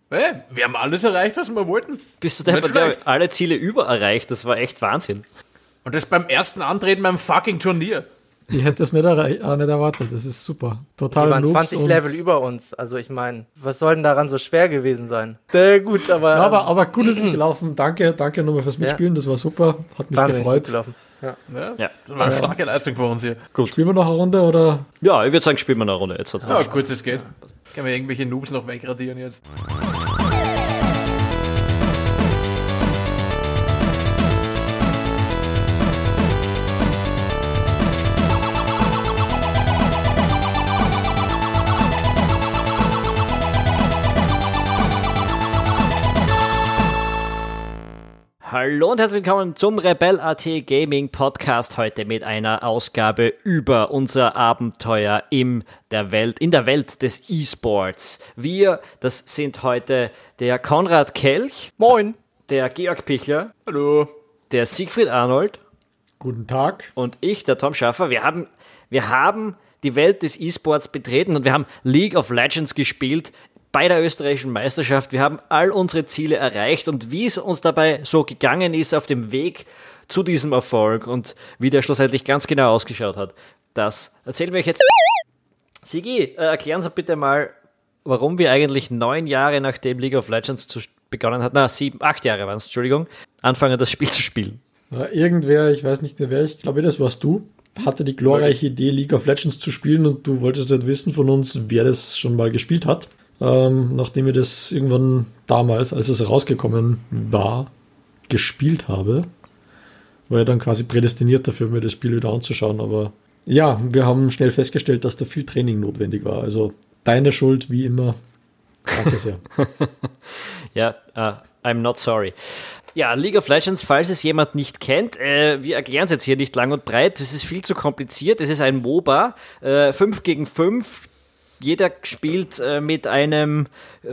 Hey, wir haben alles erreicht, was wir wollten. Bist du deppert? Wir haben alle Ziele erreicht. Das war echt Wahnsinn. Und das beim ersten Antreten beim fucking Turnier. Ich hätte das nicht erwartet. Das ist super. Total. Die waren 20 Level über uns. Also ich meine, was soll denn daran so schwer gewesen sein? Gut, aber... Ja, aber gut ist es gelaufen. Danke nochmal fürs Mitspielen. Das war super. Hat mich gefreut. Ja. Das war eine starke Leistung von uns hier. Gut. Spielen wir noch eine Runde, oder? Ja, ich würde sagen, spielen wir eine Runde. Jetzt hat's kurz, es geht. Können wir irgendwelche Noobs noch wegradieren jetzt? Hallo und herzlich willkommen zum Rebel.at Gaming Podcast, heute mit einer Ausgabe über unser Abenteuer in der Welt des E-Sports. Wir, das sind heute der Konrad Kelch. Moin. Der Georg Pichler. Hallo. Der Siegfried Arnold. Guten Tag. Und ich, der Tom Schaffer. Wir haben die Welt des E-Sports betreten und wir haben League of Legends gespielt bei der österreichischen Meisterschaft. Wir haben all unsere Ziele erreicht und wie es uns dabei so gegangen ist auf dem Weg zu diesem Erfolg und wie der schlussendlich ganz genau ausgeschaut hat, das erzählen wir euch jetzt. Sigi, erklären Sie bitte mal, warum wir eigentlich 9 Jahre nachdem League of Legends begonnen hat, 8 Jahre waren es, Entschuldigung, anfangen das Spiel zu spielen. Irgendwer, ich weiß nicht mehr wer, ich glaube, das warst du, hatte die glorreiche Idee, League of Legends zu spielen und du wolltest nicht wissen von uns, wer das schon mal gespielt hat. Nachdem ich das irgendwann damals, als es rausgekommen war, gespielt habe, war ich dann quasi prädestiniert dafür, mir das Spiel wieder anzuschauen. Aber ja, wir haben schnell festgestellt, dass da viel Training notwendig war. Also deine Schuld, wie immer. Danke sehr. Ja, I'm not sorry. Ja, League of Legends, falls es jemand nicht kennt, wir erklären es jetzt hier nicht lang und breit, es ist viel zu kompliziert, es ist ein MOBA, 5 gegen 5, jeder spielt mit einem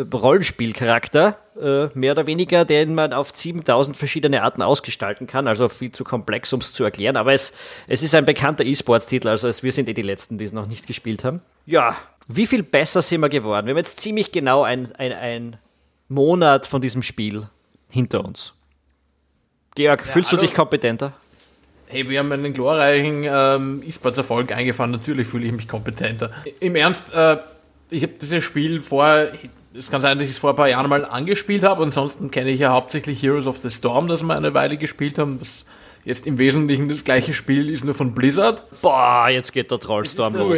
Rollenspielcharakter, mehr oder weniger, den man auf 7000 verschiedene Arten ausgestalten kann, also viel zu komplex, um es zu erklären, aber es ist ein bekannter E-Sports-Titel, also wir sind die Letzten, die es noch nicht gespielt haben. Ja, wie viel besser sind wir geworden? Wir haben jetzt ziemlich genau ein Monat von diesem Spiel hinter uns. Georg, fühlst du dich kompetenter? Hey, wir haben einen glorreichen E-Sports-Erfolg eingefahren. Natürlich fühle ich mich kompetenter. Im Ernst, ich habe dieses Spiel es kann sein, dass ich es vor ein paar Jahren mal angespielt habe. Ansonsten kenne ich ja hauptsächlich Heroes of the Storm, das wir eine Weile gespielt haben. Das jetzt im Wesentlichen das gleiche Spiel ist, nur von Blizzard. Boah, jetzt geht der Trollstorm los.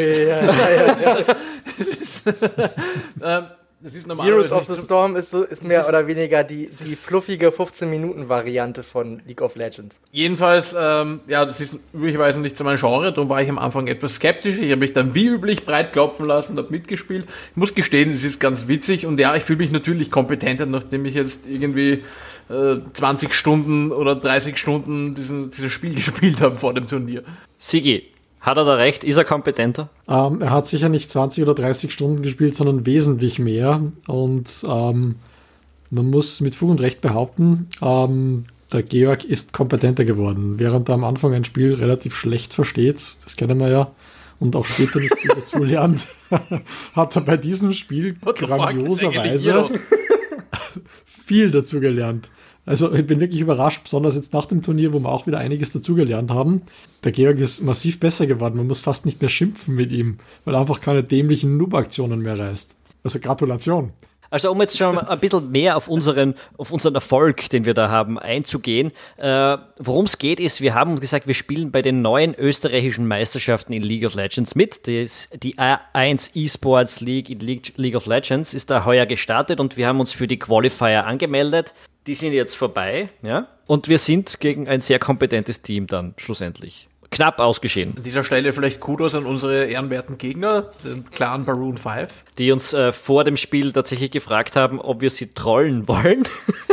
Das ist Heroes of the Storm ist mehr oder weniger die fluffige 15-Minuten-Variante von League of Legends. Jedenfalls, das ist üblicherweise nicht so mein Genre, darum war ich am Anfang etwas skeptisch. Ich habe mich dann wie üblich breit klopfen lassen und habe mitgespielt. Ich muss gestehen, es ist ganz witzig und ja, ich fühle mich natürlich kompetenter, nachdem ich jetzt irgendwie 20 Stunden oder 30 Stunden dieses Spiel gespielt habe vor dem Turnier. Sigi, hat er da recht? Ist er kompetenter? Er hat sicher nicht 20 oder 30 Stunden gespielt, sondern wesentlich mehr. Und man muss mit Fug und Recht behaupten, der Georg ist kompetenter geworden. Während er am Anfang ein Spiel relativ schlecht versteht, das kennen wir ja, und auch später nicht viel dazu lernt, hat er bei diesem Spiel grandioserweise viel dazu gelernt. Also ich bin wirklich überrascht, besonders jetzt nach dem Turnier, wo wir auch wieder einiges dazugelernt haben. Der Georg ist massiv besser geworden. Man muss fast nicht mehr schimpfen mit ihm, weil er einfach keine dämlichen Noob-Aktionen mehr reißt. Also Gratulation. Also um jetzt schon ein bisschen mehr auf unseren Erfolg, den wir da haben, einzugehen. Worum es geht ist, wir haben gesagt, wir spielen bei den neuen österreichischen Meisterschaften in League of Legends mit. Die A1 eSports League in League of Legends ist da heuer gestartet und wir haben uns für die Qualifier angemeldet. Die sind jetzt vorbei, ja. Und wir sind gegen ein sehr kompetentes Team dann schlussendlich knapp ausgeschieden. An dieser Stelle vielleicht Kudos an unsere ehrenwerten Gegner, den Clan Baroon 5. Die uns vor dem Spiel tatsächlich gefragt haben, ob wir sie trollen wollen.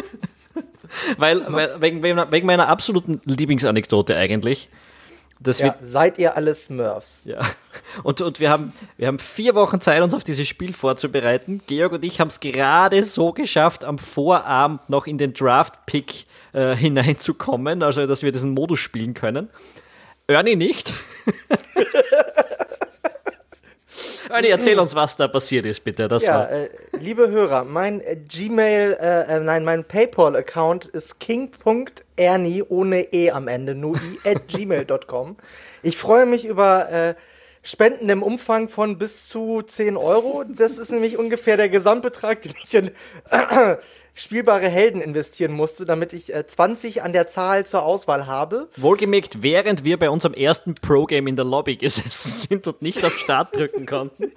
wegen meiner absoluten Lieblingsanekdote eigentlich. Seid ihr alle Smurfs? Ja. Und wir haben 4 Wochen Zeit, uns auf dieses Spiel vorzubereiten. Georg und ich haben es gerade so geschafft, am Vorabend noch in den Draft-Pick hineinzukommen, also dass wir diesen Modus spielen können. Ernie nicht. Ernie, erzähl uns, was da passiert ist, bitte. Liebe Hörer, mein mein PayPal-Account ist king.ernie ohne E am Ende, nur i@gmail.com. Ich freue mich über Spenden im Umfang von bis zu 10 Euro. Das ist nämlich ungefähr der Gesamtbetrag, den ich in spielbare Helden investieren musste, damit ich 20 an der Zahl zur Auswahl habe. Wohlgemerkt, während wir bei unserem ersten Pro-Game in der Lobby gesessen sind und nicht auf Start drücken konnten.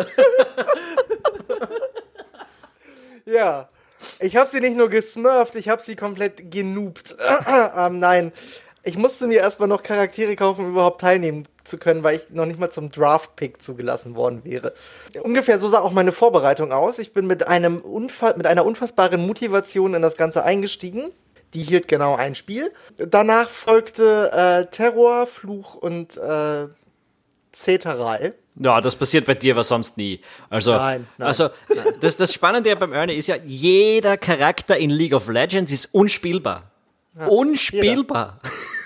Ja, ich habe sie nicht nur gesmurft, ich habe sie komplett genoobt. Nein, ich musste mir erstmal noch Charaktere kaufen, um überhaupt teilnehmen zu können, weil ich noch nicht mal zum Draft-Pick zugelassen worden wäre. Ungefähr so sah auch meine Vorbereitung aus. Ich bin mit einer unfassbaren Motivation in das Ganze eingestiegen. Die hielt genau ein Spiel. Danach folgte Terror, Fluch und Zeterei. Ja, das passiert bei dir aber sonst nie. Also, Nein. Also das Spannende beim Ernie ist ja, jeder Charakter in League of Legends ist unspielbar. Ja, unspielbar.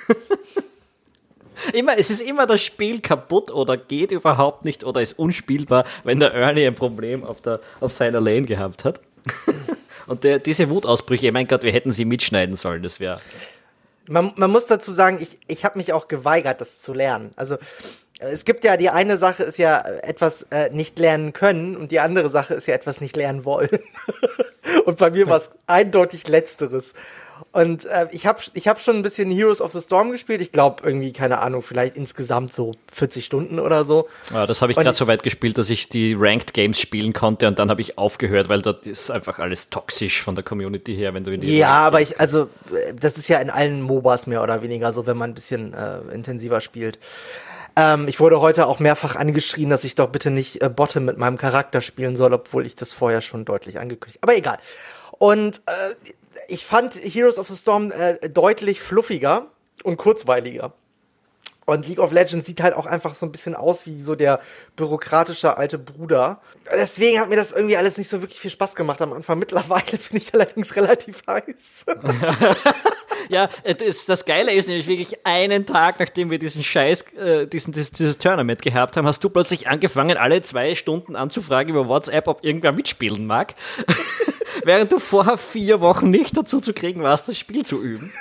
Es ist immer das Spiel kaputt oder geht überhaupt nicht oder ist unspielbar, wenn der Ernie ein Problem auf seiner Lane gehabt hat. Und diese Wutausbrüche, mein Gott, wir hätten sie mitschneiden sollen, das wäre... Man muss dazu sagen, ich habe mich auch geweigert, das zu lernen. Also es gibt ja, die eine Sache ist ja etwas nicht lernen können und die andere Sache ist ja etwas nicht lernen wollen. Und bei mir war es eindeutig Letzteres. Und ich hab schon ein bisschen Heroes of the Storm gespielt. Ich glaube irgendwie, keine Ahnung, vielleicht insgesamt so 40 Stunden oder so. Ja, das habe ich gerade so weit gespielt, dass ich die Ranked Games spielen konnte und dann habe ich aufgehört, weil dort ist einfach alles toxisch von der Community her, wenn du in die aber das ist ja in allen MOBAs mehr oder weniger so, wenn man ein bisschen intensiver spielt. Ich wurde heute auch mehrfach angeschrien, dass ich doch bitte nicht Bottom mit meinem Charakter spielen soll, obwohl ich das vorher schon deutlich angekündigt habe. Aber egal. Und ich fand Heroes of the Storm deutlich fluffiger und kurzweiliger. Und League of Legends sieht halt auch einfach so ein bisschen aus wie so der bürokratische alte Bruder. Deswegen hat mir das irgendwie alles nicht so wirklich viel Spaß gemacht am Anfang. Mittlerweile bin ich allerdings relativ heiß. Ja, das Geile ist nämlich wirklich, einen Tag, nachdem wir diesen dieses Tournament gehabt haben, hast du plötzlich angefangen, alle 2 Stunden anzufragen über WhatsApp, ob irgendwer mitspielen mag. Während du vorher 4 Wochen nicht dazu zu kriegen warst, das Spiel zu üben.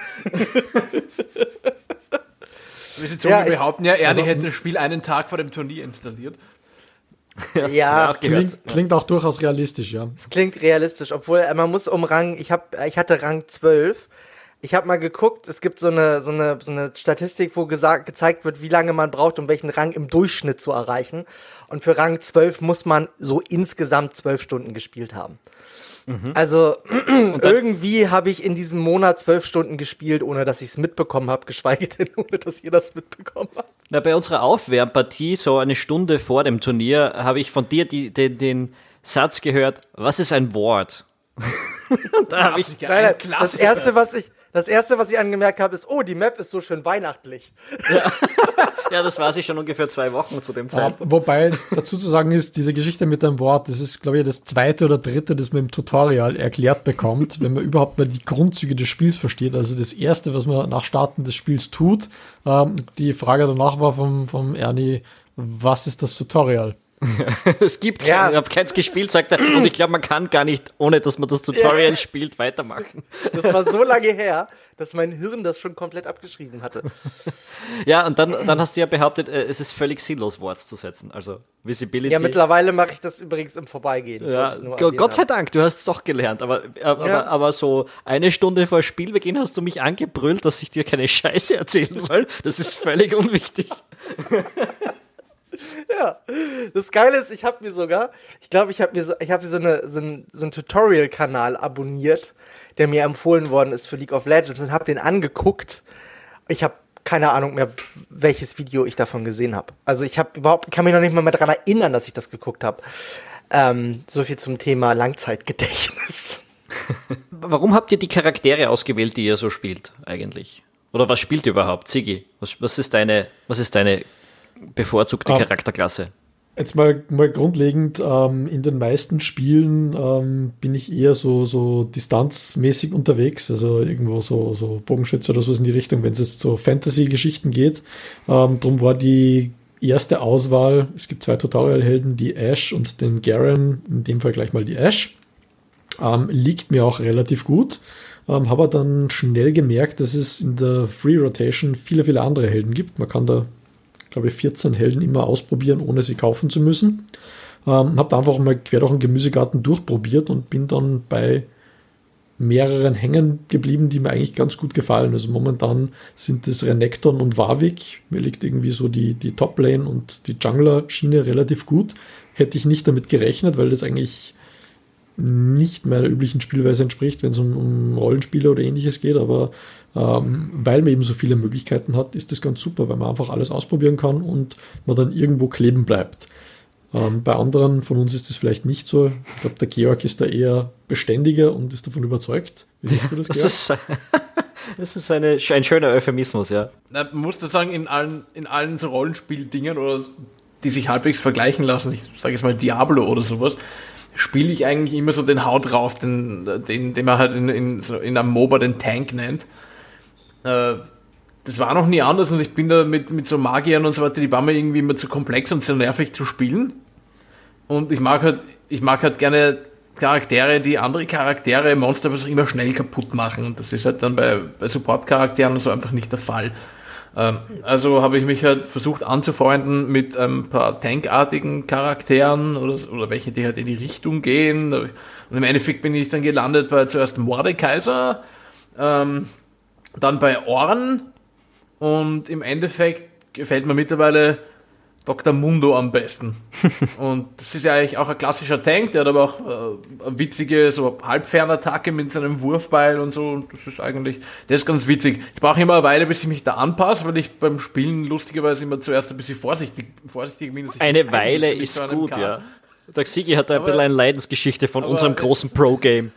Wir behaupten ja, Ernie hätte das Spiel einen Tag vor dem Turnier installiert. Ja, klingt auch durchaus realistisch, ja. Es klingt realistisch, obwohl man muss um Rang, ich hatte Rang 12. Ich habe mal geguckt, es gibt so eine Statistik, wo gezeigt wird, wie lange man braucht, um welchen Rang im Durchschnitt zu erreichen. Und für Rang 12 muss man so insgesamt 12 Stunden gespielt haben. Mhm. Also irgendwie habe ich in diesem Monat 12 Stunden gespielt, ohne dass ich es mitbekommen habe, geschweige denn, ohne dass ihr das mitbekommen habt. Na, bei unserer Aufwärmpartie, so eine Stunde vor dem Turnier, habe ich von dir den Satz gehört, was ist ein Wort? Da habe ich Das erste, was ich angemerkt habe, ist, oh, die Map ist so schön weihnachtlich. Ja, das war sie schon ungefähr 2 Wochen zu dem Zeitpunkt. Wobei dazu zu sagen ist, diese Geschichte mit dem Wort, das ist, glaube ich, das 2. oder 3., das man im Tutorial erklärt bekommt, wenn man überhaupt mal die Grundzüge des Spiels versteht. Also das Erste, was man nach Starten des Spiels tut, die Frage danach war vom Ernie, was ist das Tutorial? Es gibt ich habe keins gespielt, sagt er, und ich glaube, man kann gar nicht, ohne dass man das Tutorial spielt, weitermachen. Das war so lange her, dass mein Hirn das schon komplett abgeschrieben hatte. Ja, und dann hast du ja behauptet, es ist völlig sinnlos, Worts zu setzen, also Visibility. Ja, mittlerweile mache ich das übrigens im Vorbeigehen. Ja, Gott sei Dank, du hast es doch gelernt, aber so 1 Stunde vor Spielbeginn hast du mich angebrüllt, dass ich dir keine Scheiße erzählen soll. Das ist völlig unwichtig. Ja, das Geile ist, ich habe mir so einen Tutorial-Kanal abonniert, der mir empfohlen worden ist für League of Legends und habe den angeguckt. Ich habe keine Ahnung mehr, welches Video ich davon gesehen habe. Also ich kann mich noch nicht mal mehr daran erinnern, dass ich das geguckt habe. So viel zum Thema Langzeitgedächtnis. Warum habt ihr die Charaktere ausgewählt, die ihr so spielt eigentlich? Oder was spielt ihr überhaupt, Sigi? Was ist deine bevorzugte Charakterklasse? Jetzt mal grundlegend, in den meisten Spielen bin ich eher so distanzmäßig unterwegs, also irgendwo so Bogenschütze oder sowas in die Richtung, wenn es jetzt so Fantasy-Geschichten geht. Drum war die erste Auswahl, es gibt 2 Tutorial-Helden, die Ash und den Garen, in dem Fall gleich mal die Ash. Liegt mir auch relativ gut. Habe dann schnell gemerkt, dass es in der Free Rotation viele, viele andere Helden gibt. Man kann da, glaube ich, 14 Helden immer ausprobieren, ohne sie kaufen zu müssen. Habe da einfach mal quer durch den Gemüsegarten durchprobiert und bin dann bei mehreren hängen geblieben, die mir eigentlich ganz gut gefallen. Also momentan sind es Renekton und Warwick. Mir liegt irgendwie so die Top-Lane und die Jungler-Schiene relativ gut. Hätte ich nicht damit gerechnet, weil das eigentlich nicht meiner üblichen Spielweise entspricht, wenn es um Rollenspiele oder ähnliches geht, aber weil man eben so viele Möglichkeiten hat, ist das ganz super, weil man einfach alles ausprobieren kann und man dann irgendwo kleben bleibt. Bei anderen von uns ist das vielleicht nicht so. Ich glaube, der Georg ist da eher beständiger und ist davon überzeugt. Wie siehst du das, Georg? Das ist ein schöner Euphemismus, ja. Na, man muss das sagen, in allen so Rollenspieldingen, oder die sich halbwegs vergleichen lassen, ich sage jetzt mal Diablo oder sowas, spiele ich eigentlich immer so den Haut drauf, den man halt in einem MOBA den Tank nennt. Das war noch nie anders und ich bin da mit so Magiern und so weiter, die waren mir irgendwie immer zu komplex und zu nervig zu spielen. Und ich mag halt gerne Charaktere, die andere Charaktere, Monster, was auch immer schnell kaputt machen. Und das ist halt dann bei Support-Charakteren und so einfach nicht der Fall. Also habe ich mich halt versucht anzufreunden mit ein paar tankartigen Charakteren oder welche, die halt in die Richtung gehen. Und im Endeffekt bin ich dann gelandet bei zuerst Mordekaiser, dann bei Ornn und im Endeffekt gefällt mir mittlerweile Dr. Mundo am besten. Und das ist ja eigentlich auch ein klassischer Tank, der hat aber auch eine witzige so Halbfernattacke mit seinem Wurfbeil und so. Und das ist ganz witzig. Ich brauche immer eine Weile, bis ich mich da anpasse, weil ich beim Spielen lustigerweise immer zuerst ein bisschen vorsichtig bin. Eine Weile ist gut, ja. Der Sigi hat da ein bisschen eine Leidensgeschichte von unserem großen Pro-Game.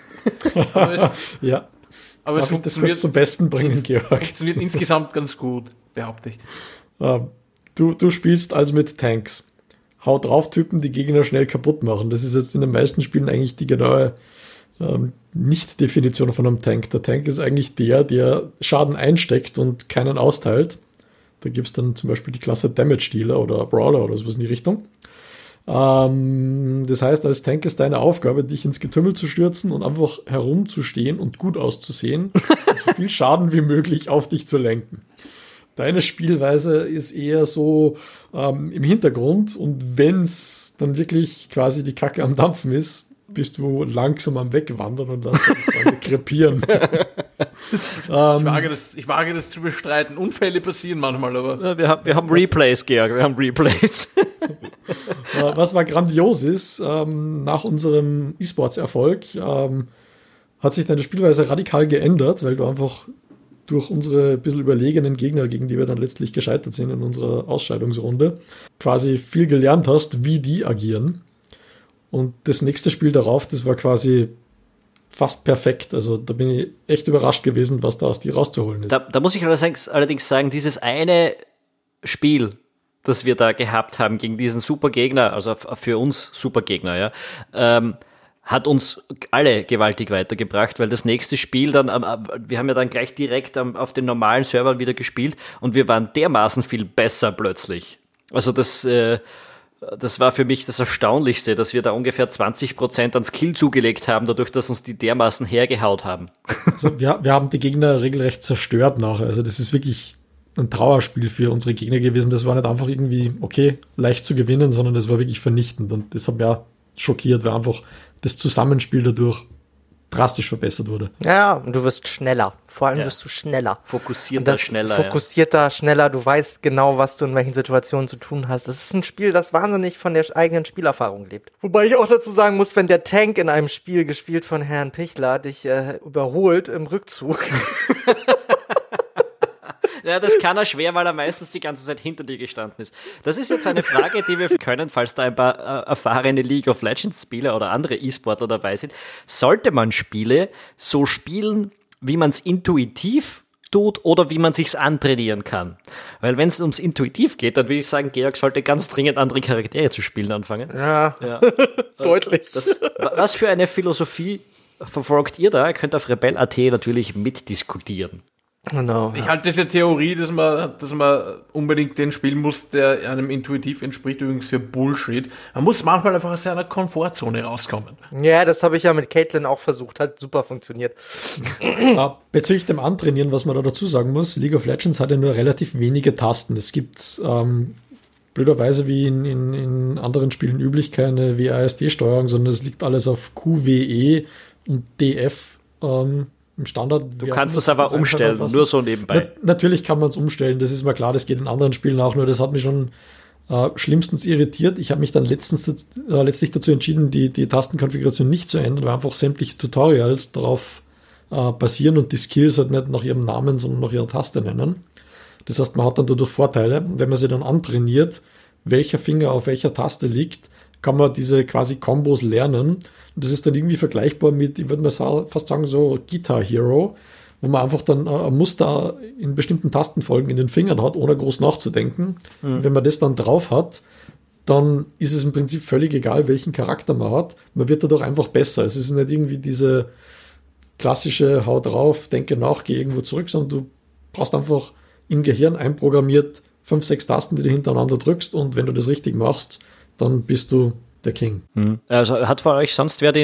Ja. Aber darf ich das kurz zum Besten bringen, Georg? Funktioniert insgesamt ganz gut, behaupte ich. Du spielst also mit Tanks. Haut drauf Typen, die Gegner schnell kaputt machen. Das ist jetzt in den meisten Spielen eigentlich die genaue Nicht-Definition von einem Tank. Der Tank ist eigentlich der Schaden einsteckt und keinen austeilt. Da gibt es dann zum Beispiel die Klasse Damage Dealer oder Brawler oder sowas in die Richtung. Das heißt, als Tank ist deine Aufgabe, dich ins Getümmel zu stürzen und einfach herumzustehen und gut auszusehen und so viel Schaden wie möglich auf dich zu lenken. Deine Spielweise ist eher so im Hintergrund und wenn es dann wirklich quasi die Kacke am Dampfen ist, bist du langsam am Wegwandern und lässt dich Freunde krepieren. Ich wage das zu bestreiten. Unfälle passieren manchmal, aber... Wir haben Replays, Georg, wir haben Replays. Was war grandios ist, nach unserem E-Sports-Erfolg hat sich deine Spielweise radikal geändert, weil du einfach durch unsere ein bisschen überlegenen Gegner, gegen die wir dann letztlich gescheitert sind in unserer Ausscheidungsrunde, quasi viel gelernt hast, wie die agieren. Und das nächste Spiel darauf, das war quasi fast perfekt. Also da bin ich echt überrascht gewesen, was da aus dir rauszuholen ist. Da muss ich allerdings sagen, dieses eine Spiel, das wir da gehabt haben gegen diesen Supergegner, also für uns Supergegner, ja, hat uns alle gewaltig weitergebracht, weil das nächste Spiel dann, wir haben ja dann gleich direkt auf den normalen Servern wieder gespielt und wir waren dermaßen viel besser plötzlich. Also das war für mich das Erstaunlichste, dass wir da ungefähr 20% an Skill zugelegt haben, dadurch, dass uns die dermaßen hergehaut haben. Also wir haben die Gegner regelrecht zerstört nachher. Also das ist wirklich ein Trauerspiel für unsere Gegner gewesen. Das war nicht einfach irgendwie, okay, leicht zu gewinnen, sondern das war wirklich vernichtend. Und das hat mich auch schockiert, weil einfach das Zusammenspiel dadurch drastisch verbessert wurde. Ja, und du wirst schneller. Vor allem wirst du schneller. Fokussierter, schneller. Du weißt genau, was du in welchen Situationen zu tun hast. Es ist ein Spiel, das wahnsinnig von der eigenen Spielerfahrung lebt. Wobei ich auch dazu sagen muss, wenn der Tank in einem Spiel, gespielt von Herrn Pichler, dich überholt im Rückzug. Ja, das kann er schwer, weil er meistens die ganze Zeit hinter dir gestanden ist. Das ist jetzt eine Frage, die wir können, falls da ein paar erfahrene League of Legends Spieler oder andere E-Sportler dabei sind. Sollte man Spiele so spielen, wie man es intuitiv tut oder wie man sich's antrainieren kann? Weil wenn es ums Intuitiv geht, dann würde ich sagen, Georg sollte ganz dringend andere Charaktere zu spielen anfangen. Ja. Deutlich. Was für eine Philosophie verfolgt ihr da? Ihr könnt auf Rebell.at natürlich mitdiskutieren. Genau. Ich halte diese Theorie, dass man unbedingt den spielen muss, der einem intuitiv entspricht, übrigens für Bullshit. Man muss manchmal einfach aus seiner Komfortzone rauskommen. Ja, das habe ich ja mit Caitlin auch versucht, hat super funktioniert. Bezüglich dem Antrainieren, was man da dazu sagen muss, League of Legends hat ja nur relativ wenige Tasten. Es gibt blöderweise wie in anderen Spielen üblich keine WASD-Steuerung, sondern es liegt alles auf Q, W, E und DF im Standard. Du kannst das aber umstellen, nur so nebenbei. Natürlich kann man es umstellen, das ist mir klar, das geht in anderen Spielen auch, nur das hat mich schon schlimmstens irritiert. Ich habe mich dann letztlich dazu entschieden, die Tastenkonfiguration nicht zu ändern, weil einfach sämtliche Tutorials darauf basieren und die Skills halt nicht nach ihrem Namen, sondern nach ihrer Taste nennen. Das heißt, man hat dann dadurch Vorteile. Wenn man sie dann antrainiert, welcher Finger auf welcher Taste liegt, kann man diese quasi Kombos lernen. Und das ist dann irgendwie vergleichbar mit, ich würde mal fast sagen, so Guitar Hero, wo man einfach dann ein Muster in bestimmten Tastenfolgen in den Fingern hat, ohne groß nachzudenken. Und wenn man das dann drauf hat, dann ist es im Prinzip völlig egal, welchen Charakter man hat. Man wird dadurch einfach besser. Es ist nicht irgendwie diese klassische Hau drauf, denke nach, geh irgendwo zurück, sondern du brauchst einfach im Gehirn einprogrammiert 5, 6 Tasten, die du hintereinander drückst, und wenn du das richtig machst, dann bist du der King. Also hat von euch sonst wer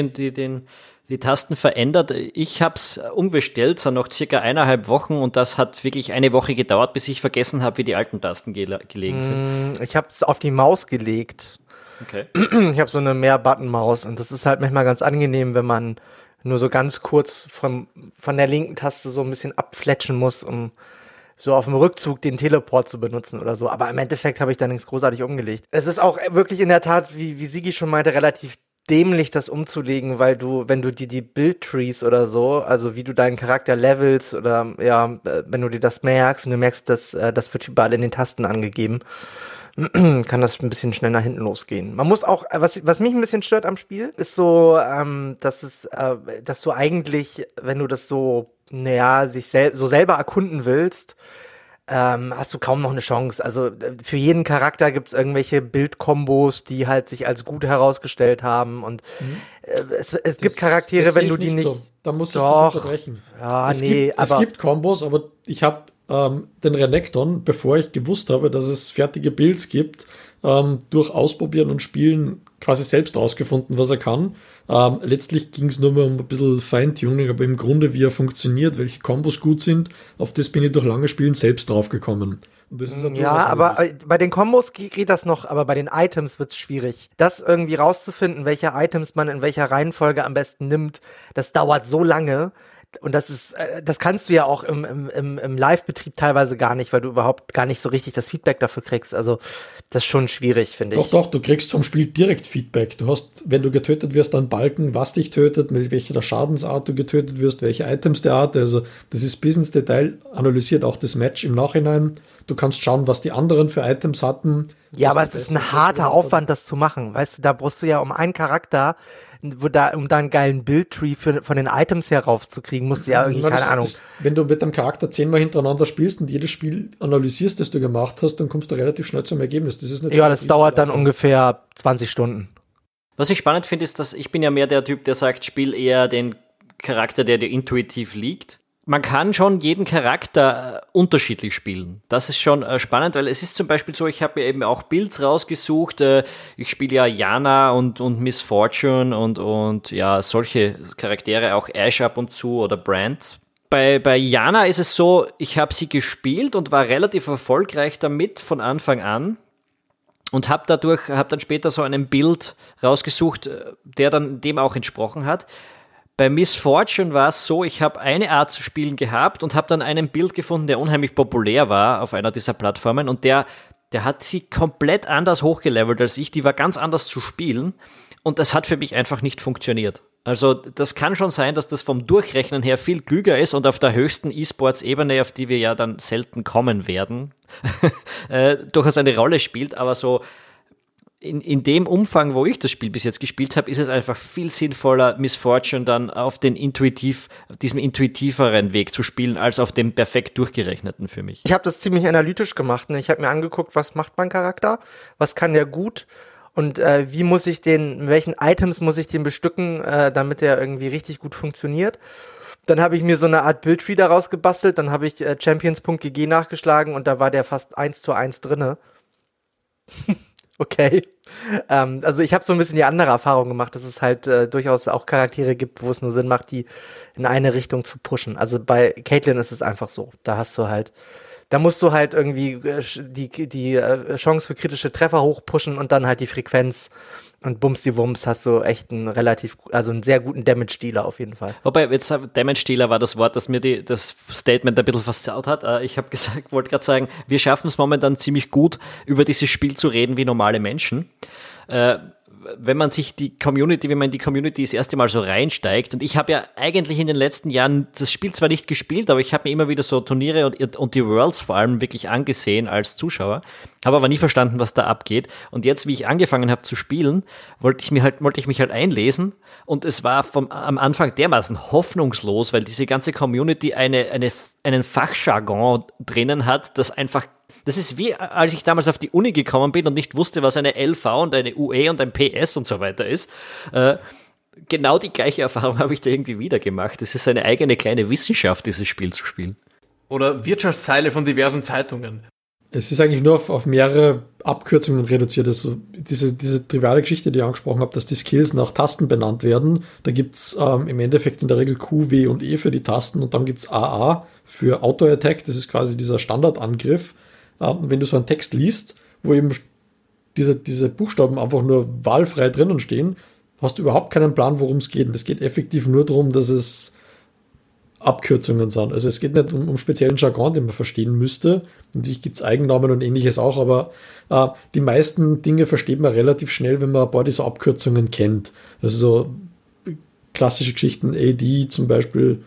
die Tasten verändert? Ich habe es umgestellt, so nach circa 1,5 Wochen, und das hat wirklich eine Woche gedauert, bis ich vergessen habe, wie die alten Tasten gelegen sind. Ich habe es auf die Maus gelegt. Okay. Ich habe so eine Mehr-Button-Maus, und das ist halt manchmal ganz angenehm, wenn man nur so ganz kurz von der linken Taste so ein bisschen abfletschen muss, um so auf dem Rückzug den Teleport zu benutzen oder so. Aber im Endeffekt habe ich da nichts großartig umgelegt. Es ist auch wirklich in der Tat, wie Sigi schon meinte, relativ dämlich, das umzulegen, weil wenn du dir die Build-Trees oder so, also wie du deinen Charakter levelst oder ja, wenn du dir das merkst und du merkst, dass das wird überall in den Tasten angegeben, kann das ein bisschen schnell nach hinten losgehen. Man muss auch, was mich ein bisschen stört am Spiel, ist so, dass du eigentlich, wenn du das so, so selber erkunden willst, hast du kaum noch eine Chance. Also für jeden Charakter gibt's irgendwelche Bildkombos, die halt sich als gut herausgestellt haben, und es gibt Charaktere, wenn du die nicht... So. Da muss ich dich Doch. unterbrechen. Ja, Es gibt Kombos, aber ich habe den Renekton, bevor ich gewusst habe, dass es fertige Builds gibt, durch Ausprobieren und Spielen quasi selbst rausgefunden, was er kann. Letztlich ging es nur mal um ein bisschen Feintuning, aber im Grunde, wie er funktioniert, welche Kombos gut sind, auf das bin ich durch lange Spielen selbst draufgekommen. Und das ist aber bei den Kombos geht das noch, aber bei den Items wird's schwierig. Das irgendwie rauszufinden, welche Items man in welcher Reihenfolge am besten nimmt, das dauert so lange. Und das kannst du ja auch im Live-Betrieb teilweise gar nicht, weil du überhaupt gar nicht so richtig das Feedback dafür kriegst. Also das ist schon schwierig, finde ich. Doch, du kriegst vom Spiel direkt Feedback. Du hast, wenn du getötet wirst, einen Balken, was dich tötet, mit welcher Schadensart du getötet wirst, welche Items der Art. Also das ist bis ins Detail analysiert, auch das Match im Nachhinein. Du kannst schauen, was die anderen für Items hatten. Ja, aber es ist ein harter Aufwand, das zu machen. Weißt du, da brauchst du ja um einen Charakter, um da einen geilen Build-Tree von den Items heraufzukriegen, musst du ja irgendwie, keine Ahnung. Wenn du mit dem Charakter 10-mal hintereinander spielst und jedes Spiel analysierst, das du gemacht hast, dann kommst du relativ schnell zum Ergebnis. Das ist nicht das dauert dann ungefähr 20 Stunden. Was ich spannend finde, ist, dass ich bin ja mehr der Typ, der sagt, spiel eher den Charakter, der dir intuitiv liegt. Man kann schon jeden Charakter unterschiedlich spielen. Das ist schon spannend, weil es ist zum Beispiel so, ich habe mir eben auch Builds rausgesucht. Ich spiele ja Yana und Miss Fortune und ja, solche Charaktere, auch Ash ab und zu oder Brand. Bei Yana ist es so, ich habe sie gespielt und war relativ erfolgreich damit von Anfang an. Und habe dann später so einen Build rausgesucht, der dann dem auch entsprochen hat. Bei Miss Fortune war es so, ich habe eine Art zu spielen gehabt und habe dann einen Build gefunden, der unheimlich populär war auf einer dieser Plattformen, und der hat sie komplett anders hochgelevelt als ich, die war ganz anders zu spielen, und das hat für mich einfach nicht funktioniert. Also das kann schon sein, dass das vom Durchrechnen her viel klüger ist und auf der höchsten E-Sports-Ebene, auf die wir ja dann selten kommen werden, durchaus eine Rolle spielt, aber so in dem Umfang, wo ich das Spiel bis jetzt gespielt habe, ist es einfach viel sinnvoller, Miss Fortune dann auf diesem intuitiveren Weg zu spielen, als auf dem perfekt durchgerechneten für mich. Ich habe das ziemlich analytisch gemacht. Ne? Ich habe mir angeguckt, was macht mein Charakter, was kann der gut und welchen Items muss ich den bestücken, damit der irgendwie richtig gut funktioniert. Dann habe ich mir so eine Art Build-Tree daraus gebastelt, dann habe ich Champions.gg nachgeschlagen und da war der fast 1:1 drinne. Okay. Also ich habe so ein bisschen die andere Erfahrung gemacht, dass es halt durchaus auch Charaktere gibt, wo es nur Sinn macht, die in eine Richtung zu pushen. Also bei Caitlyn ist es einfach so. Da musst du halt irgendwie die Chance für kritische Treffer hochpushen und dann halt die Frequenz. Und Bumsdi-Wumms hast du echt einen einen sehr guten Damage-Dealer auf jeden Fall. Wobei, jetzt Damage-Dealer war das Wort, das mir das Statement ein bisschen versaut hat. Ich habe wollte gerade sagen, wir schaffen es momentan ziemlich gut, über dieses Spiel zu reden wie normale Menschen. Wenn man in die Community das erste Mal so reinsteigt, und ich habe ja eigentlich in den letzten Jahren das Spiel zwar nicht gespielt, aber ich habe mir immer wieder so Turniere und die Worlds vor allem wirklich angesehen als Zuschauer, habe aber nie verstanden, was da abgeht. Und jetzt, wie ich angefangen habe zu spielen, wollte ich mich halt einlesen, und es war am Anfang dermaßen hoffnungslos, weil diese ganze Community einen Fachjargon drinnen hat, das ist wie, als ich damals auf die Uni gekommen bin und nicht wusste, was eine LV und eine UE und ein PS und so weiter ist. Genau die gleiche Erfahrung habe ich da irgendwie wieder gemacht. Es ist eine eigene kleine Wissenschaft, dieses Spiel zu spielen. Oder Wirtschaftsteile von diversen Zeitungen. Es ist eigentlich nur auf mehrere Abkürzungen reduziert. Also diese triviale Geschichte, die ich angesprochen habe, dass die Skills nach Tasten benannt werden. Da gibt es im Endeffekt in der Regel Q, W und E für die Tasten, und dann gibt es AA für Auto-Attack. Das ist quasi dieser Standardangriff. Wenn du so einen Text liest, wo eben diese Buchstaben einfach nur wahlfrei drinnen stehen, hast du überhaupt keinen Plan, worum es geht. Und es geht effektiv nur darum, dass es Abkürzungen sind. Also es geht nicht um speziellen Jargon, den man verstehen müsste. Natürlich gibt es Eigennamen und ähnliches auch, aber die meisten Dinge versteht man relativ schnell, wenn man ein paar dieser Abkürzungen kennt. Also so klassische Geschichten, AD zum Beispiel,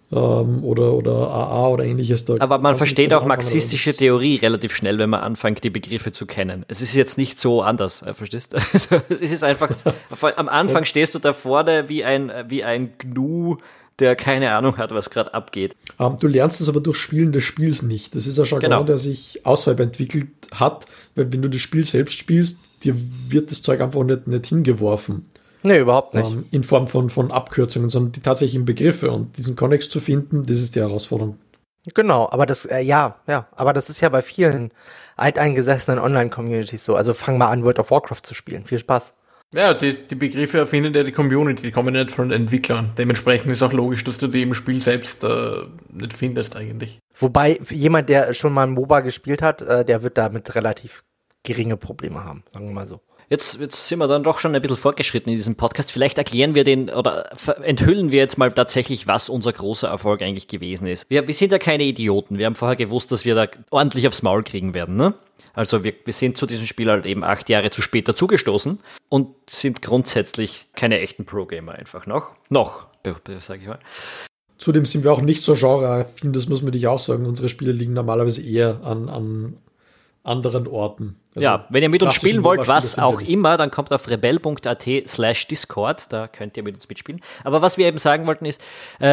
oder AA oder ähnliches. Aber man versteht auch marxistische Theorie relativ schnell, wenn man anfängt, die Begriffe zu kennen. Es ist jetzt nicht so anders, verstehst du? Also, es ist einfach, am Anfang stehst du da vorne wie ein Gnu, der keine Ahnung hat, was gerade abgeht. Du lernst es aber durch Spielen des Spiels nicht. Das ist ein Jargon, der sich außerhalb entwickelt hat, weil wenn du das Spiel selbst spielst, dir wird das Zeug einfach nicht hingeworfen. Nee, überhaupt nicht. In Form von Abkürzungen, sondern die tatsächlichen Begriffe, und diesen Konnex zu finden, das ist die Herausforderung. Genau, aber das, aber das ist ja bei vielen alteingesessenen Online-Communities so. Also fang mal an, World of Warcraft zu spielen. Viel Spaß. Ja, die Begriffe erfindet ja die Community, die kommen nicht von den Entwicklern. Dementsprechend ist auch logisch, dass du die im Spiel selbst nicht findest eigentlich. Wobei, jemand, der schon mal ein MOBA gespielt hat, der wird damit relativ geringe Probleme haben, sagen wir mal so. Jetzt sind wir dann doch schon ein bisschen fortgeschritten in diesem Podcast. Vielleicht erklären wir enthüllen wir jetzt mal tatsächlich, was unser großer Erfolg eigentlich gewesen ist. Wir sind ja keine Idioten. Wir haben vorher gewusst, dass wir da ordentlich aufs Maul kriegen werden, ne? Also wir sind zu diesem Spiel halt eben 8 Jahre zu spät dazugestoßen und sind grundsätzlich keine echten Pro-Gamer einfach noch, sage ich mal. Zudem sind wir auch nicht so genreaffin, das muss man dich auch sagen. Unsere Spiele liegen normalerweise eher an anderen Orten. Also ja, wenn ihr mit uns spielen wollt, was auch immer, dann kommt auf rebell.at/Discord, da könnt ihr mit uns mitspielen. Aber was wir eben sagen wollten ist,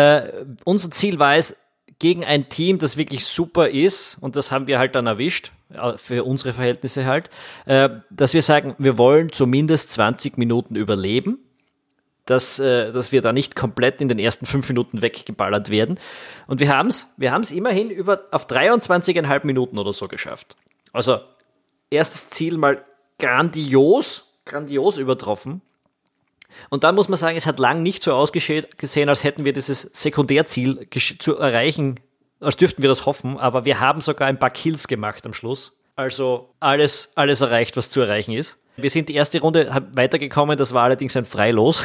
unser Ziel war es, gegen ein Team, das wirklich super ist, und das haben wir halt dann erwischt, für unsere Verhältnisse halt, dass wir sagen, wir wollen zumindest 20 Minuten überleben, dass wir da nicht komplett in den ersten 5 Minuten weggeballert werden. Und wir haben es immerhin auf 23,5 Minuten oder so geschafft. Also erstes Ziel mal grandios übertroffen. Und dann muss man sagen, es hat lang nicht so ausgesehen, als hätten wir dieses Sekundärziel zu erreichen, als dürften wir das hoffen, aber wir haben sogar ein paar Kills gemacht am Schluss. Also alles erreicht, was zu erreichen ist. Wir sind die erste Runde weitergekommen, das war allerdings ein Freilos.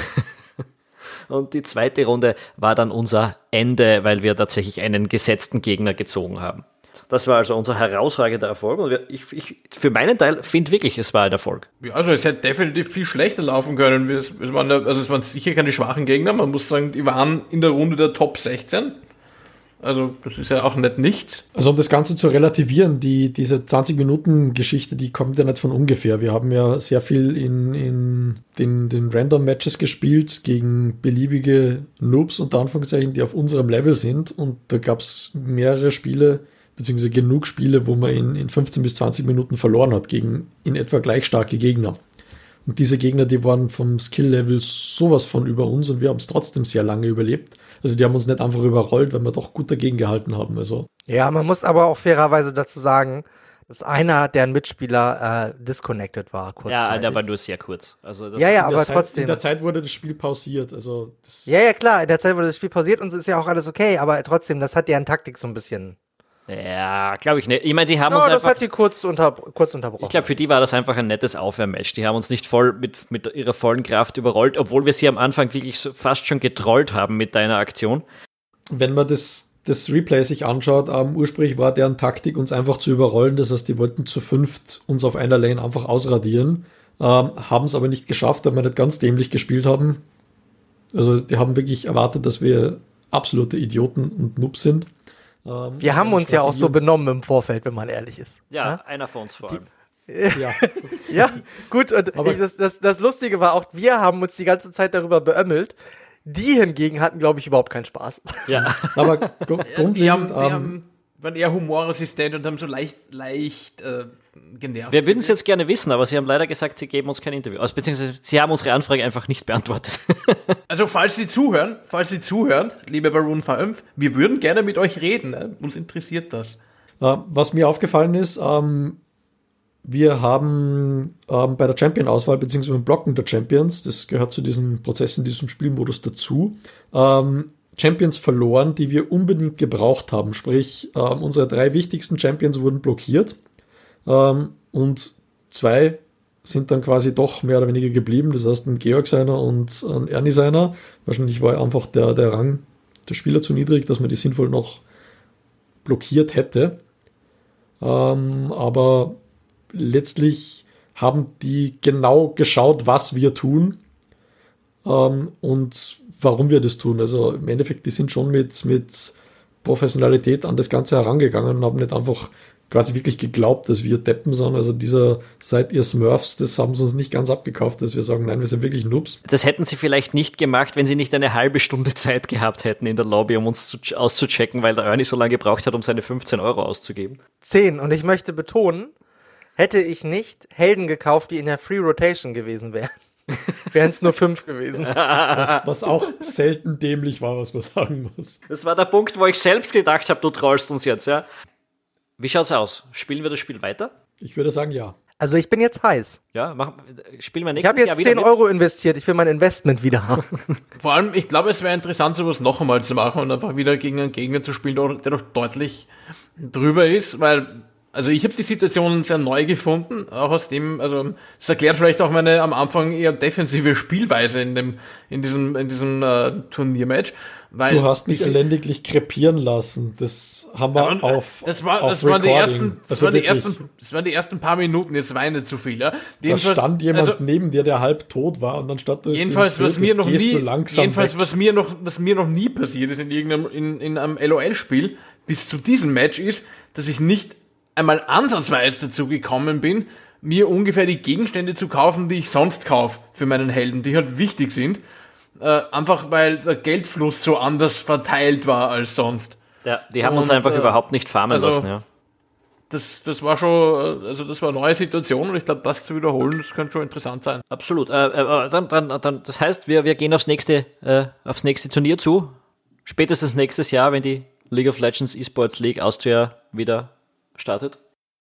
Und die zweite Runde war dann unser Ende, weil wir tatsächlich einen gesetzten Gegner gezogen haben. Das war also unser herausragender Erfolg, und ich für meinen Teil finde wirklich, es war ein Erfolg. Ja, also es hätte definitiv viel schlechter laufen können. Es waren sicher keine schwachen Gegner, man muss sagen, die waren in der Runde der Top 16. Also das ist ja auch nicht nichts. Also um das Ganze zu relativieren, diese 20-Minuten-Geschichte, die kommt ja nicht von ungefähr. Wir haben ja sehr viel in den Random-Matches gespielt gegen beliebige Noobs, unter Anführungszeichen, die auf unserem Level sind, und da gab es mehrere Spiele, beziehungsweise genug Spiele, wo man in 15 bis 20 Minuten verloren hat gegen in etwa gleich starke Gegner. Und diese Gegner, die waren vom Skill-Level sowas von über uns und wir haben es trotzdem sehr lange überlebt. Also die haben uns nicht einfach überrollt, weil wir doch gut dagegen gehalten haben. Also. Ja, man muss aber auch fairerweise dazu sagen, dass einer deren Mitspieler disconnected war, kurzzeitig. Ja, der war nur sehr kurz. Also das aber trotzdem. In der Zeit wurde das Spiel pausiert. Also ja, klar, in der Zeit wurde das Spiel pausiert und es ist ja auch alles okay, aber trotzdem, das hat deren Taktik so ein bisschen... Ja, glaube ich nicht. Ich meine, sie haben uns das einfach... hat die kurz unterbrochen. Ich glaube, für die war das einfach ein nettes Aufwärmmatch. Die haben uns nicht voll mit ihrer vollen Kraft überrollt, obwohl wir sie am Anfang wirklich so fast schon getrollt haben mit deiner Aktion. Wenn man das Replay sich anschaut, ursprünglich war deren Taktik, uns einfach zu überrollen. Das heißt, die wollten zu fünft uns auf einer Lane einfach ausradieren, haben es aber nicht geschafft, weil wir nicht ganz dämlich gespielt haben. Also die haben wirklich erwartet, dass wir absolute Idioten und Noobs sind. Wir haben uns ja auch so benommen im Vorfeld, wenn man ehrlich ist. Ja, einer von uns vor allem. Ja, gut. Und das Lustige war auch, wir haben uns die ganze Zeit darüber beömmelt. Die hingegen hatten, glaube ich, überhaupt keinen Spaß. Ja. Aber die waren eher humorresistent und haben so leicht genervt. Wir würden es jetzt gerne wissen, aber sie haben leider gesagt, sie geben uns kein Interview. Also, beziehungsweise sie haben unsere Anfrage einfach nicht beantwortet. Also falls Sie zuhören, liebe Baroon 5, wir würden gerne mit euch reden. Uns interessiert das. Was mir aufgefallen ist, wir haben bei der Champion-Auswahl beziehungsweise beim Blocken der Champions, das gehört zu diesem Prozess in diesem Spielmodus dazu, Champions verloren, die wir unbedingt gebraucht haben. Sprich, unsere 3 wichtigsten Champions wurden blockiert und 2 sind dann quasi doch mehr oder weniger geblieben. Das heißt, ein Georg seiner und ein Ernie seiner. Wahrscheinlich war einfach der Rang der Spieler zu niedrig, dass man die sinnvoll noch blockiert hätte. Aber letztlich haben die genau geschaut, was wir tun und warum wir das tun. Also im Endeffekt, die sind schon mit Professionalität an das Ganze herangegangen und haben nicht einfach quasi wirklich geglaubt, dass wir Deppen sind. Also seid ihr Smurfs, das haben sie uns nicht ganz abgekauft, dass wir sagen, nein, wir sind wirklich Noobs. Das hätten sie vielleicht nicht gemacht, wenn sie nicht eine halbe Stunde Zeit gehabt hätten in der Lobby, um uns auszuchecken, weil der Ernie so lange gebraucht hat, um seine 15 € auszugeben. 10. Und ich möchte betonen, hätte ich nicht Helden gekauft, die in der Free Rotation gewesen wären, wären es nur 5 gewesen. Was auch selten dämlich war, was man sagen muss. Das war der Punkt, wo ich selbst gedacht habe, du trollst uns jetzt, ja. Wie schaut's aus? Spielen wir das Spiel weiter? Ich würde sagen, ja. Also ich bin jetzt heiß. Ja, spielen wir Ich nächstes habe Jahr jetzt wieder 10 € investiert, ich will mein Investment wieder haben. Vor allem, ich glaube, es wäre interessant, sowas noch einmal zu machen und einfach wieder gegen einen Gegner zu spielen, der doch deutlich drüber ist, weil, also ich habe die Situation sehr neu gefunden, auch aus dem, also das erklärt vielleicht auch meine am Anfang eher defensive Spielweise in diesem Turniermatch. Weil du hast mich elendiglich krepieren lassen. Das haben wir das waren die ersten paar Minuten, jetzt war nicht zu viel. Ja? Da stand jemand neben dir, der halb tot war und dann statt du jedenfalls, was mir noch nie passiert ist in einem LOL-Spiel bis zu diesem Match ist, dass ich nicht einmal ansatzweise dazu gekommen bin, mir ungefähr die Gegenstände zu kaufen, die ich sonst kaufe für meinen Helden, die halt wichtig sind. Einfach weil der Geldfluss so anders verteilt war als sonst. Ja, die haben uns einfach überhaupt nicht farmen lassen, ja. Das war schon, also das war eine neue Situation und ich glaube, das zu wiederholen, das könnte schon interessant sein. Absolut. Dann, das heißt, wir gehen aufs nächste Turnier zu. Spätestens nächstes Jahr, wenn die League of Legends Esports League Austria wieder startet.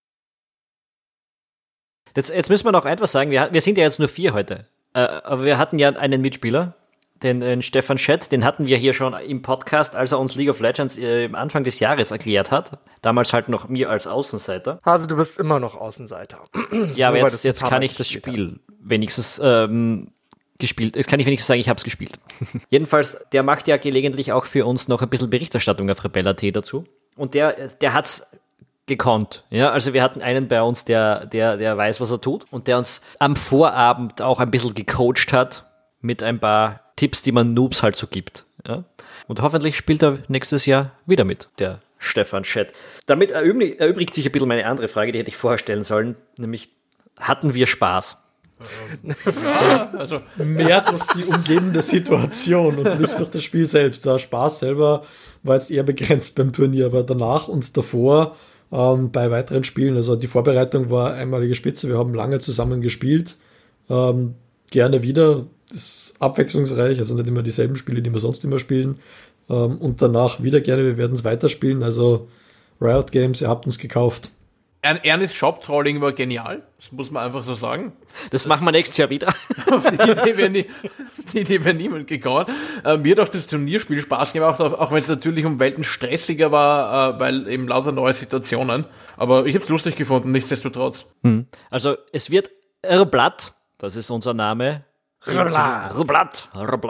Jetzt müssen wir noch etwas sagen. Wir sind ja jetzt nur 4 heute. Aber wir hatten ja einen Mitspieler, den Stefan Schett, den hatten wir hier schon im Podcast, als er uns League of Legends am Anfang des Jahres erklärt hat. Damals halt noch mir als Außenseiter. Also du bist immer noch Außenseiter. Ja, aber jetzt kann ich das Spiel wenigstens gespielt. Jetzt kann ich wenigstens sagen, ich habe es gespielt. Jedenfalls, der macht ja gelegentlich auch für uns noch ein bisschen Berichterstattung auf Rebella.at dazu. Und der hat's gekonnt. Ja, also wir hatten einen bei uns, der weiß, was er tut und der uns am Vorabend auch ein bisschen gecoacht hat mit ein paar Tipps, die man Noobs halt so gibt. Ja? Und hoffentlich spielt er nächstes Jahr wieder mit, der Stefan Schett. Damit erübrigt sich ein bisschen meine andere Frage, die hätte ich vorher stellen sollen, nämlich, hatten wir Spaß? Ja, also mehr durch die umgebende Situation und nicht durch das Spiel selbst. Der Spaß selber war jetzt eher begrenzt beim Turnier, aber danach und davor bei weiteren Spielen, also die Vorbereitung war einmalige Spitze, wir haben lange zusammen gespielt, Gerne wieder. Das ist abwechslungsreich, also nicht immer dieselben Spiele, die wir sonst immer spielen. Und danach wieder gerne, wir werden es weiterspielen. Also Riot Games, ihr habt uns gekauft. Ernest Shop-Trolling war genial, das muss man einfach so sagen. Das machen wir nächstes Jahr wieder. Auf die Idee wäre niemand gekommen. Mir hat auch das Turnierspiel Spaß gemacht, auch wenn es natürlich um Welten stressiger war, weil eben lauter neue Situationen. Aber ich habe es lustig gefunden, nichtsdestotrotz. Also es wird Irblatt, das ist unser Name. Irblatt.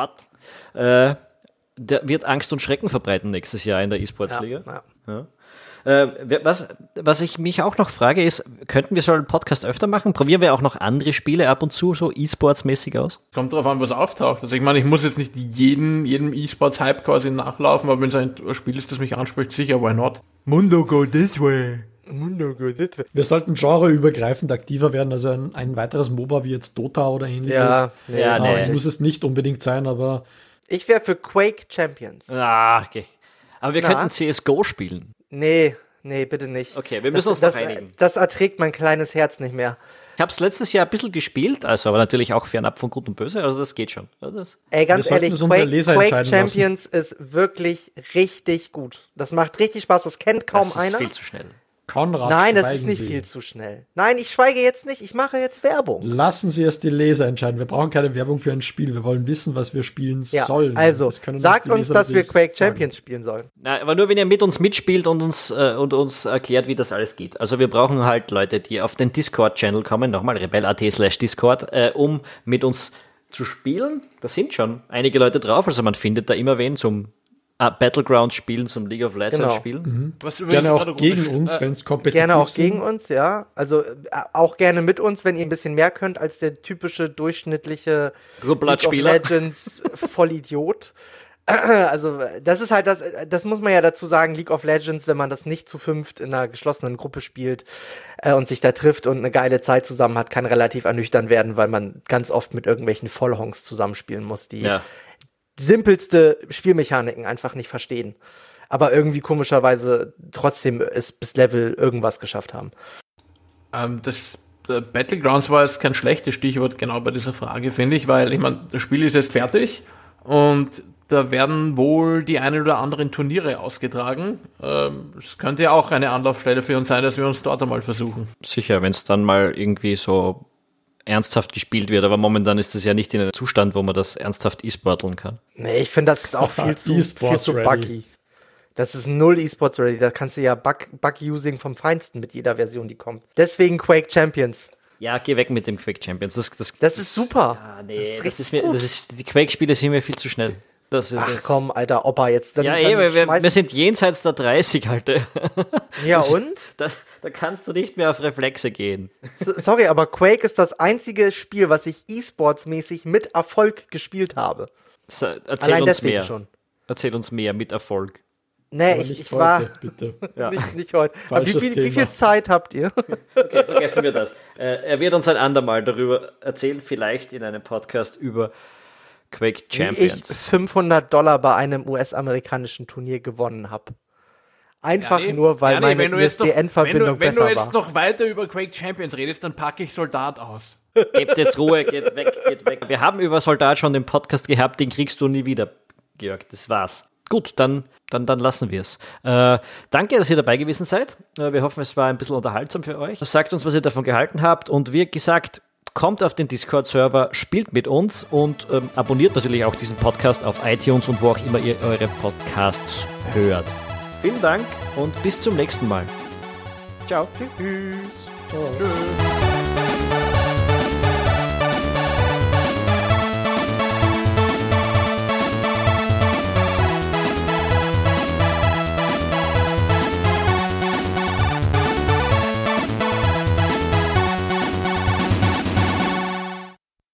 Der wird Angst und Schrecken verbreiten nächstes Jahr in der E-Sports-Liga. Ja. Was ich mich auch noch frage ist, könnten wir so einen Podcast öfter machen? Probieren wir auch noch andere Spiele ab und zu so E-Sports-mäßig aus? Kommt darauf an, was auftaucht. Also ich meine, ich muss jetzt nicht jedem E-Sports-Hype quasi nachlaufen, aber wenn es ein Spiel ist, das mich anspricht, sicher, why not? Mundo go this way. Wir sollten genreübergreifend aktiver werden, also ein weiteres MOBA wie jetzt Dota oder ähnliches. Nee. Muss es nicht unbedingt sein, aber Ich wäre für Quake Champions. Okay. Aber wir könnten CSGO spielen. Nee, bitte nicht. Okay, wir müssen uns noch einigen. Das erträgt mein kleines Herz nicht mehr. Ich habe es letztes Jahr ein bisschen gespielt, also aber natürlich auch fernab von Gut und Böse, also das geht schon. Ey, ganz ehrlich, Quake entscheiden Champions ist wirklich richtig gut. Das macht richtig Spaß, das kennt kaum einer. Das ist viel zu schnell. Konrad, Nein, das ist schweigen nicht Sie. viel zu schnell. Nein, ich schweige jetzt nicht, ich mache jetzt Werbung. Lassen Sie es die Leser entscheiden. Wir brauchen keine Werbung für ein Spiel. Wir wollen wissen, was wir spielen Ja, sollen. also, Das können sagt die uns, Leser dass wir natürlich Quake sagen. Champions spielen sollen. Na, aber nur wenn ihr mit uns mitspielt und uns erklärt, wie das alles geht. Also wir brauchen halt Leute, die auf den Discord-Channel kommen, nochmal rebell.at/Discord, um mit uns zu spielen. Da sind schon einige Leute drauf, also man findet da immer wen zum Battlegrounds spielen, zum League of Legends spielen. Was übrigens Gerne auch gerade gegen komisch- uns, wenn es kompetitiv Gerne auch sind. gegen uns, ja. Also auch gerne mit uns, wenn ihr ein bisschen mehr könnt als der typische durchschnittliche League of Rubblatt-Spieler. Legends Vollidiot. Also das ist halt das muss man ja dazu sagen, League of Legends, wenn man das nicht zu fünft in einer geschlossenen Gruppe spielt und sich da trifft und eine geile Zeit zusammen hat, kann relativ ernüchternd werden, weil man ganz oft mit irgendwelchen Vollhongs zusammenspielen muss, die simpelste Spielmechaniken einfach nicht verstehen. Aber irgendwie komischerweise trotzdem es bis Level irgendwas geschafft haben. Das Battlegrounds war jetzt kein schlechtes Stichwort genau bei dieser Frage, finde ich, weil ich meine, das Spiel ist jetzt fertig und da werden wohl die ein oder anderen Turniere ausgetragen. Es könnte ja auch eine Anlaufstelle für uns sein, dass wir uns dort einmal versuchen. Sicher, wenn es dann mal irgendwie so ernsthaft gespielt wird, aber momentan ist es ja nicht in einem Zustand, wo man das ernsthaft e-sporteln kann. Nee, ich finde, das ist auch viel zu E-Sports-ready. buggy. Das ist null E-Sports ready. Da kannst du ja Bug-Using vom Feinsten mit jeder Version, die kommt. Deswegen Quake Champions. Ja, geh weg mit dem Quake Champions. Das ist super. Nee, Das ist richtig gut. die Quake-Spiele sind mir viel zu schnell. Ach komm, alter Opa, jetzt. Dann, Ja, dann wir sind jenseits der 30, Alter. Ja, und? Da kannst du nicht mehr auf Reflexe gehen. Sorry, aber Quake ist das einzige Spiel, was ich E-Sports-mäßig mit Erfolg gespielt habe. Erzähl Allein uns deswegen mehr. schon. Erzähl uns mehr mit Erfolg. Nee, Aber ich nicht war heute, bitte. Ja. nicht heute. Aber Falsches wie viel Thema. Zeit habt ihr? Okay, vergessen wir das. Er wird uns ein andermal darüber erzählen, vielleicht in einem Podcast über Quake Wie ich Champions. $500 bei einem US-amerikanischen Turnier gewonnen habe. Einfach nur, weil meine wenn du jetzt ISDN-Verbindung wenn du besser jetzt war. noch weiter über Quake Champions redest, dann packe ich Soldat aus. Gebt jetzt Ruhe, geht weg. Wir haben über Soldat schon den Podcast gehabt, den kriegst du nie wieder, Georg. Das war's. Gut, dann lassen wir es. Danke, dass ihr dabei gewesen seid. Wir hoffen, es war ein bisschen unterhaltsam für euch. Sagt uns, was ihr davon gehalten habt. Und wie gesagt, kommt auf den Discord-Server, spielt mit uns und abonniert natürlich auch diesen Podcast auf iTunes und wo auch immer ihr eure Podcasts hört. Vielen Dank und bis zum nächsten Mal. Ciao. Tschüss. Ciao. Tschüss.